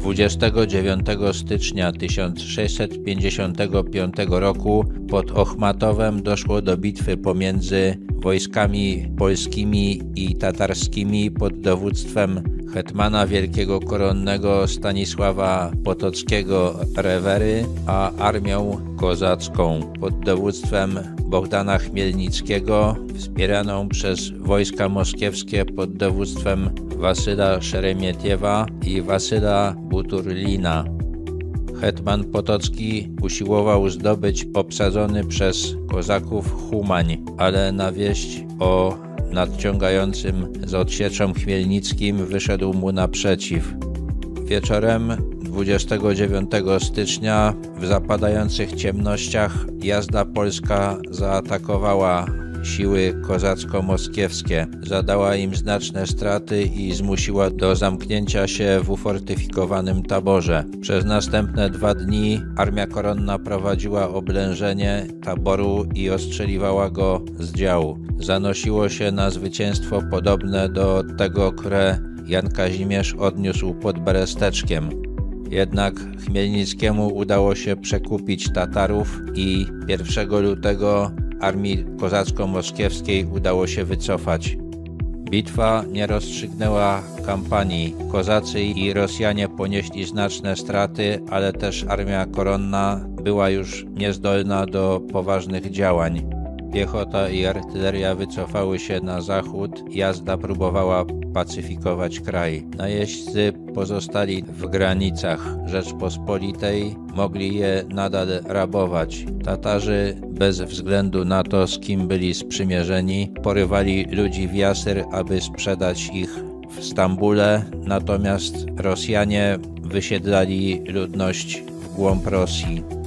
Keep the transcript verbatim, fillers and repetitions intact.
dwudziestego dziewiątego stycznia tysiąc sześćset pięćdziesiątego piątego roku pod Ochmatowem doszło do bitwy pomiędzy wojskami polskimi i tatarskimi pod dowództwem hetmana wielkiego koronnego Stanisława Potockiego Rewery, a armią kozacką pod dowództwem Bohdana Chmielnickiego, wspieraną przez wojska moskiewskie pod dowództwem Wasyla Szeremietiewa i Wasyla Buturlina. Hetman Potocki usiłował zdobyć obsadzony przez kozaków Humań, ale na wieść o nadciągającym z odsieczą Chmielnickim wyszedł mu naprzeciw. Wieczorem dwudziestego dziewiątego stycznia w zapadających ciemnościach jazda polska zaatakowała siły kozacko-moskiewskie, zadała im znaczne straty i zmusiła do zamknięcia się w ufortyfikowanym taborze. Przez następne dwa dni armia koronna prowadziła oblężenie taboru i ostrzeliwała go z działu. Zanosiło się na zwycięstwo podobne do tego, które Jan Kazimierz odniósł pod Beresteczkiem. Jednak Chmielnickiemu udało się przekupić Tatarów i pierwszego lutego armii kozacko-moskiewskiej udało się wycofać. Bitwa nie rozstrzygnęła kampanii. Kozacy i Rosjanie ponieśli znaczne straty, ale też armia koronna była już niezdolna do poważnych działań. Piechota i artyleria wycofały się na zachód, jazda próbowała pacyfikować kraj. Najeźdźcy pozostali w granicach Rzeczpospolitej, mogli je nadal rabować. Tatarzy, bez względu na to, z kim byli sprzymierzeni, porywali ludzi w jasyr, aby sprzedać ich w Stambule, natomiast Rosjanie wysiedlali ludność w głąb Rosji.